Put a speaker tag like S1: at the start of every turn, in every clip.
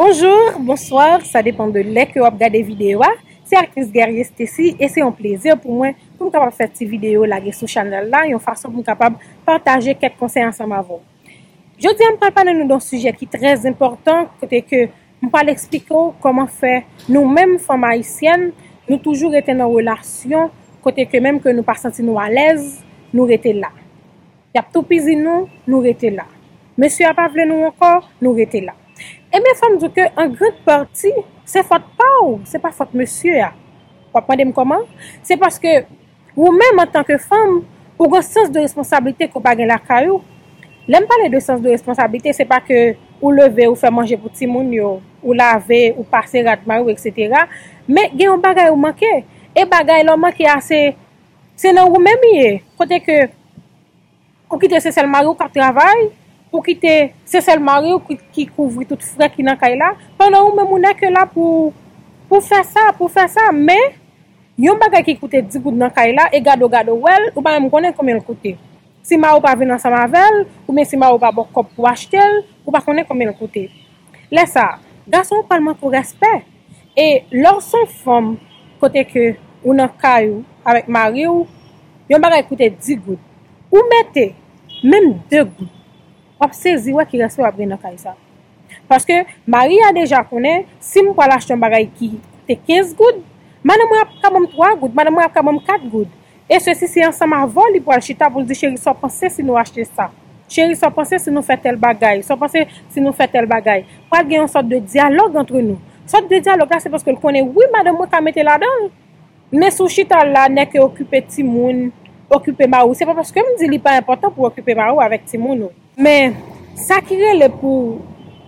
S1: Bonjour, bonsoir, ça dépend de l'heure que vous regardez vidéo. C'est actrice guerrier Stacy et c'est un plaisir pour moi pour me capable faire cette vidéo là sur le channel là et une façon pour me capable partager quelques conseils ensemble avec vous. Je dis on parler nous d'un sujet qui est très important côté que on parle expliquer comment faire nous-mêmes femmes haïtiennes, nous toujours été dans relation côté que même que nous pas sentir nous à l'aise, nous rester là. Y a tout pisi nous rester là. Monsieur a pas voulu nous encore, nous rester là. Et mes femmes disent que en grande partie, c'est faute pas ou, c'est pas faute monsieur. Vous comprenez comment? C'est parce que vous-même en tant que femme, vous avez un sens de responsabilité qu'on pas gagner la caillou. L'aime parler de sens de responsabilité, c'est pas que ou lever ou faire manger pour petit moun yo, ou laver ou passer rat ou etc. Mais il y a un bagay ou manqué. Et bagay là manqué assez c'est dans vous même côté que ou quitter c'est seul mari ou qui travaille. Pour quitter c'est seul mari qui couvre tout frais qui dans caille là pendant ou même on est que là pour faire ça mais yon bagay qui coûte 10 gouttes dans caille là et gado well ou pas même connaît combien il coûte si ma ou pas venir ensemble avec ou bien si ma ou pas bon cop pour acheter ou pas connaît combien il coûte laisse ça garçon parlement pour respect et lorsqu'on femme côté que ou dans caillou avec mari ou yon bagay coûte 10 gouttes ou mettez même 2 gouttes on saisi ouais qui reste après dans ça parce que Marie a déjà connaît si moi pour acheter un bagage qui coûte 15 gouttes madame moi quand même 3 gouttes madame moi quand même 4 gouttes et ceci c'est ensemble avant lui pour chita pour dire chérie ça penser si nous acheter ça chérie ça penser si nous fait tel bagage ça penser si nous fait tel bagage pas gagner une sorte de dialogue entre nous sorte de dialogue là c'est parce que le connaît oui madame moi ka mettre là-dedans mais sous chita là n'est que occuper petit monde occuper Marou c'est pas parce que me dit il pas important pour occuper Marou avec petit monde mais ça qui est pour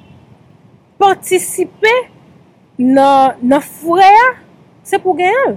S1: participer dans frère c'est pour gagner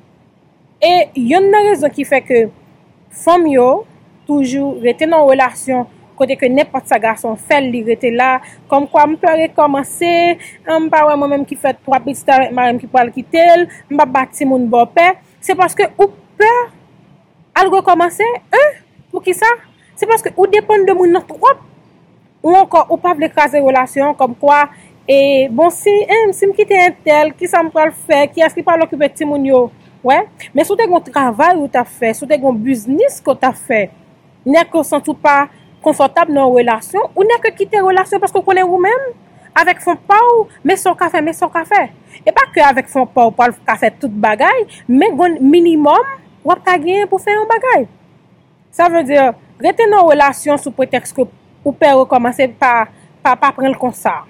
S1: et il y a une raison qui fait que femme yo toujours rester dans relation côté que n'importe sa garçon fait li rester là comme quoi me peut recommencer on pas moi même qui fait 3 petites avec madame qui pour quitter m'pa bâti mon bon père c'est parce que ou peur al recommencer pour qui ça c'est parce que ou dépend de mon trop ou encore ou pas l'écraser relation comme quoi et bon si me quitter un tel qui ça me va le faire qui est-ce qui pas l'occuper petit moun yo ouais mais si tu as un travail ou t'as fait si tu as un business que t'as fait n'est que sans tout pas confortable dans relation ou n'est que quitter relation parce que vous connaissez vous-même avec fond pas mais son café et pas que avec fond pas pour faire toute bagaille mais minimum ou pas gagner pour faire un bagaille ça veut dire rester dans relation sous prétexte que ou peut recommencer par prendre comme ça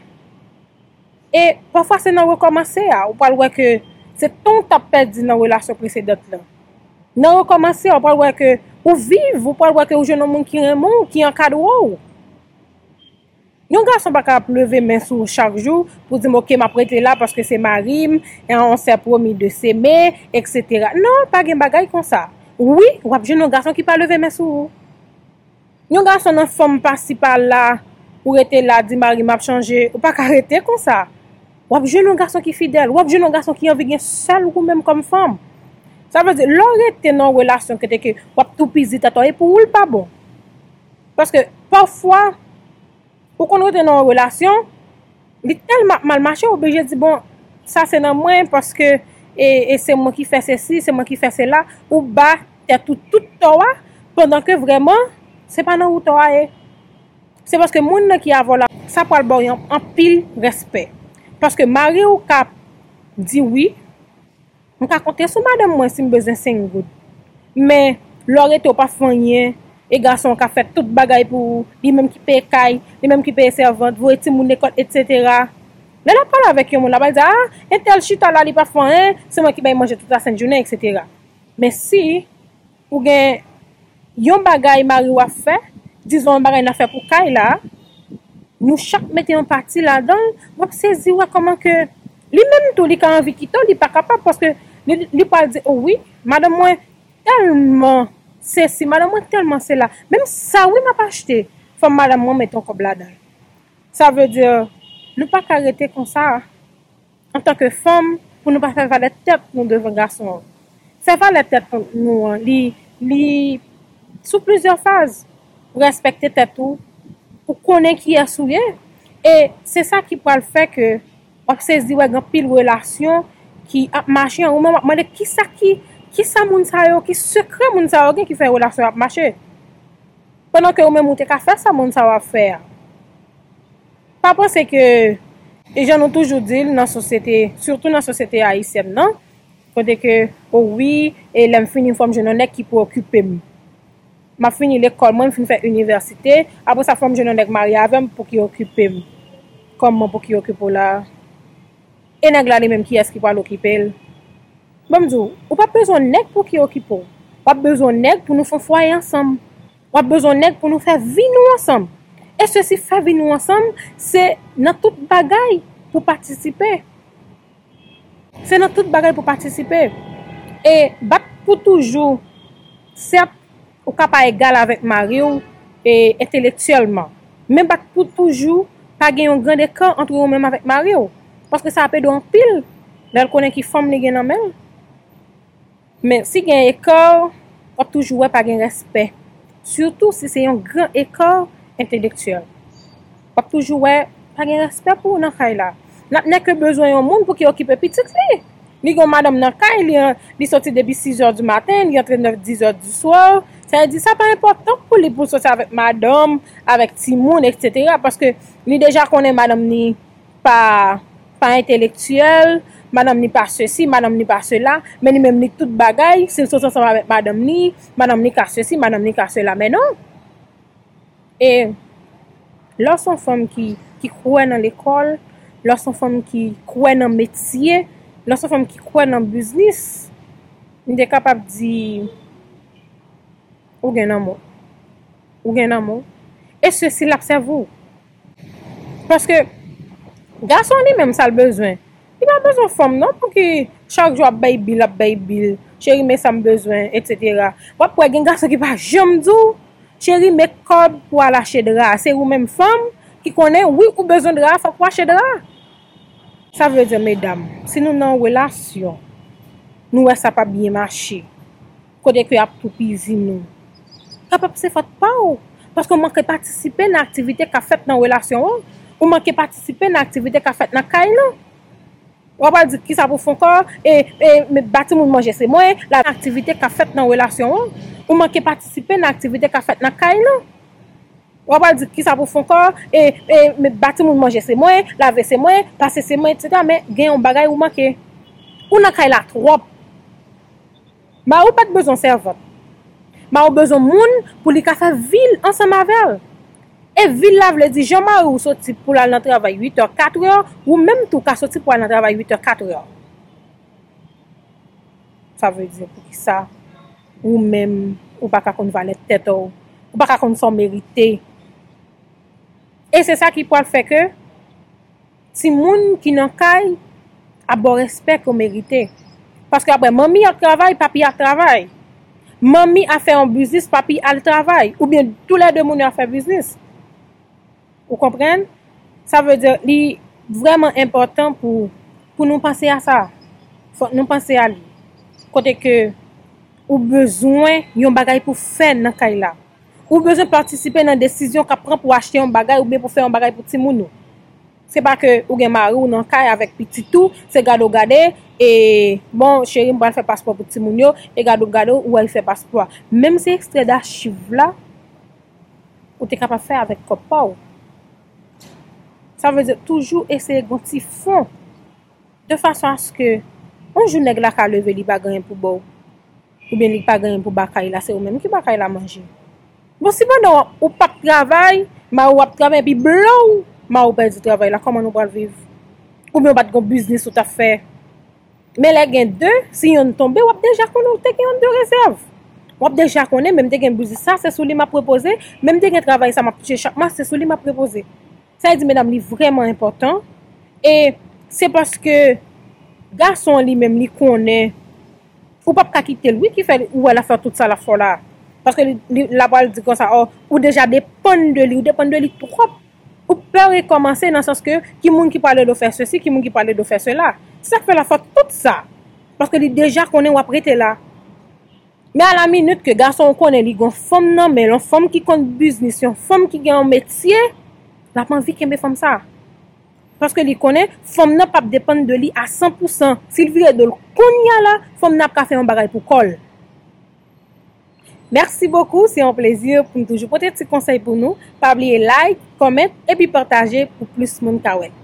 S1: et parfois c'est non recommencer ou pas voir que c'est ton t'a perdu dans relation précédente là non recommencer ou pas voir que ou vivre ou pas voir que au jeune monde qui en cadeau yon garçon pas capable lever main sur chaque jour pour dire OK m'a prêté là parce que c'est Marim et on s'est promis de s'aimer etc. Non pas gen bagay comme ça oui ou jeune garçon qui pas lever main sur yon garçon en femme passer par là ou était là dit Marie m'a changé ou pas arrêter comme ça ou jeune garçon qui fidèle ou jeune garçon qui envie seul ou même comme femme ça veut dire l'arrêter dans relation que ou tout pisi tata et pour ou pas bon parce que parfois pour qu'on rete dans relation il tellement mal marché obligé dire bon ça c'est dans moi parce que et c'est moi qui fais ceci c'est moi qui fais cela ou bas tout toi pendant que vraiment c'est pas dans où toi c'est parce que moun qui a voilà ça pour le en pile respect parce que Marie ou cap dit oui on ka compter sur madame moi si besoin 5 gouttes mais l'aurait pas fanien et garçon qui a fait toute bagaille pour lui même qui paye caille lui même qui paye servante vous eti moun école etc. là parle avec yon là va dire ah tel chita là il pas fan c'est moi qui paye manger toute la sainte journée etc. mais si ou gen yon bagaille Marie ou a fait disons bagaille n'a fait pour caille là nous chaque mettre en partie là-dedans on saisir comment que lui-même tout lui quand envie quitter il pas capable parce que lui pas dire oh oui madame moi tellement c'est si madame moi tellement c'est là même ça oui m'a pas acheté faut madame moi mettre comme là-dedans ça veut dire nous pas arrêter comme ça en tant que femme pour nous pas faire valer tête nous devant garçon faire valer tête nous li sous plusieurs phases pour respecter tête tout pour connaître qui est souillé et c'est ça qui peut le faire que on saisi ouais grand pile relation qui a marché ou même demander qui ça moun sa yo qui secret moun sa yo qui fait relation a marcher pendant que ou même ou te ka faire ça moun sa va faire pas penser que les gens ont toujours dit dans la société surtout dans la société haïtienne non côté que oh oui et l'aime fini forme jeune nèg qui pour occuper m'a fini l'école moi fin faire université après ça forme jeune nèg marié avec pour qui occuper comment pour qui occuper là et nèg là même qui est-ce qui va l'occuper bon dis ou pas besoin nèg pour qui occuper pas besoin nèg pour nous faire foyer ensemble pas besoin nèg pour nous faire vie nous ensemble et ceci faire vie nous ensemble c'est dans toute bagaille pour participer c'est dans toute bagaille pour participer et battre pour toujours certes ou pas égal avec Mario et intellectuellement mais battre pour toujours pas gagner un grand écart entre eux même avec Mario parce que ça peut en pile elle connaît qui femme li gen nan men mais si gagne écart on toujours pas gagne respect surtout si c'est un grand écart intellectuel on toujours pas gagne respect pour nan kay là n'a que besoin un monde pour qui occuper petit li gon madame nan kay li sorti depuis 6h du matin li entre 9-10h du soir ça dit ça pas important pour lui pour sortir avec madame avec Timoun etc. parce que li déjà connaît madame ni pas intellectuel madame ni pas ceci madame ni pas cela mais ni même ni toute bagaille c'est sorti ensemble avec madame ni ka ceci madame ni ka cela mais non et lorsqu'on femme qui croit dans l'école lorsqu'on femme qui croit dans métier lorsqu'on femme qui croit dans business on est capable dire ou gen amour et ceci l'observe parce que garçon lui même ça le besoin il a besoin de femme non pour que chaque jour baby chérie mais ça me besoin etc. Ou pour gen garçon qui pas jamais dou chérie mais code pour aller acheter drap c'est ou même femme qui connaît oui ou besoin de drap faut pour acheter drap ça veut dire mesdames si nous dans relation nous ça pas bien marcher côté que y a tout pisi nous capable c'est fait pas parce qu'on manque participer dans activité qu'a fait dans relation ou manque participer dans activité qu'a fait dans kay non ou pas dire qui ça pour font corps et me bâti moun manger c'est moi la activité qu'a fait dans relation ou manque participer dans activité qu'a fait dans kay non ou pas dire qui ça pour font corps et me bâti moun manger c'est moi laver c'est moi passer c'est moi etc. mais gain on bagay ou manque ou nan kay la trop ma ou pas besoin servante ma ou besoin moun pour li ka faire ville ensemble avec et ville la veut dire Jean-Marie ou sorti pour aller dans travail 8h 4h ou même tout ka sorti pour aller dans travail 8h 4h ça veut dire pour qui ça ou même ou pas ka kon valer tête ou pas ka kon son mérité et c'est ça qui peut faire que si moun qui nan kay a bon respect qu'on mérité parce que après maman a travail papi a travail Mamie a fait un business, papi a le travail. Ou bien tous les deux moun a fait business. Vous comprenez? Ça veut dire c'est vraiment important pour nous penser à ça. Faut nous penser à lui. Côté que ou besoin yon bagay pour faire dans kay là. Ou besoin participer dans décision qu'a prend pour acheter un bagay ou bien pour faire un bagay pour ti moun. C'est pas que ou gen mari ou nan kay avec petit tout, c'est gado gade et bon chérie m'pa faire passeport pour ti moun yo et gado ou elle fait passeport. Même si extrait d'archive là ou t'es capable faire avec copain. Ça veut dire toujours essayer de petit fond de façon à ce que on jour nèg la ka lever li pas gagner pour bon ou bien li pas gagner pour bakay là c'est ou même qui bakay la manger. Bon si bon ou pas travail, ma ou travail puis blow ma ou perd du travail là comment nous va vivre ou bien pas de business ou ta fait mais les gain deux si on tombe ou déjà connait te gain de réserve ou déjà connait même te gain business ça c'est sous lui m'a proposé même te gain travail ça m'a touché chaque mois c'est sous lui m'a proposé ça dit mesdames li vraiment important et c'est parce que garçon lui même li connaît ou pas quitter lui qui fait ou elle a fait tout ça la fois là parce que la balle dit comme ça ou déjà dépend de lui ou dépend de lui trop ou peut recommencer dans le sens que qui moun qui parle de faire ceci qui moun qui parle de faire cela ça fait la faute tout ça parce que lui déjà connaît ou après là mais à la minute que garçon connaît li gon femme non mais une femme qui compte business une femme qui gagne un métier la pas envie qu'aimer femme ça Parce que li connaît, femme n'a pas dépendre de lui à 100%. S'il vire de konya là, femme n'a pas fait un bagage pour col. Merci beaucoup, c'est un plaisir pour nous toujours. Peut-être petit conseil pour nous. Pas oublier like, comment et puis partager pour plus de monde.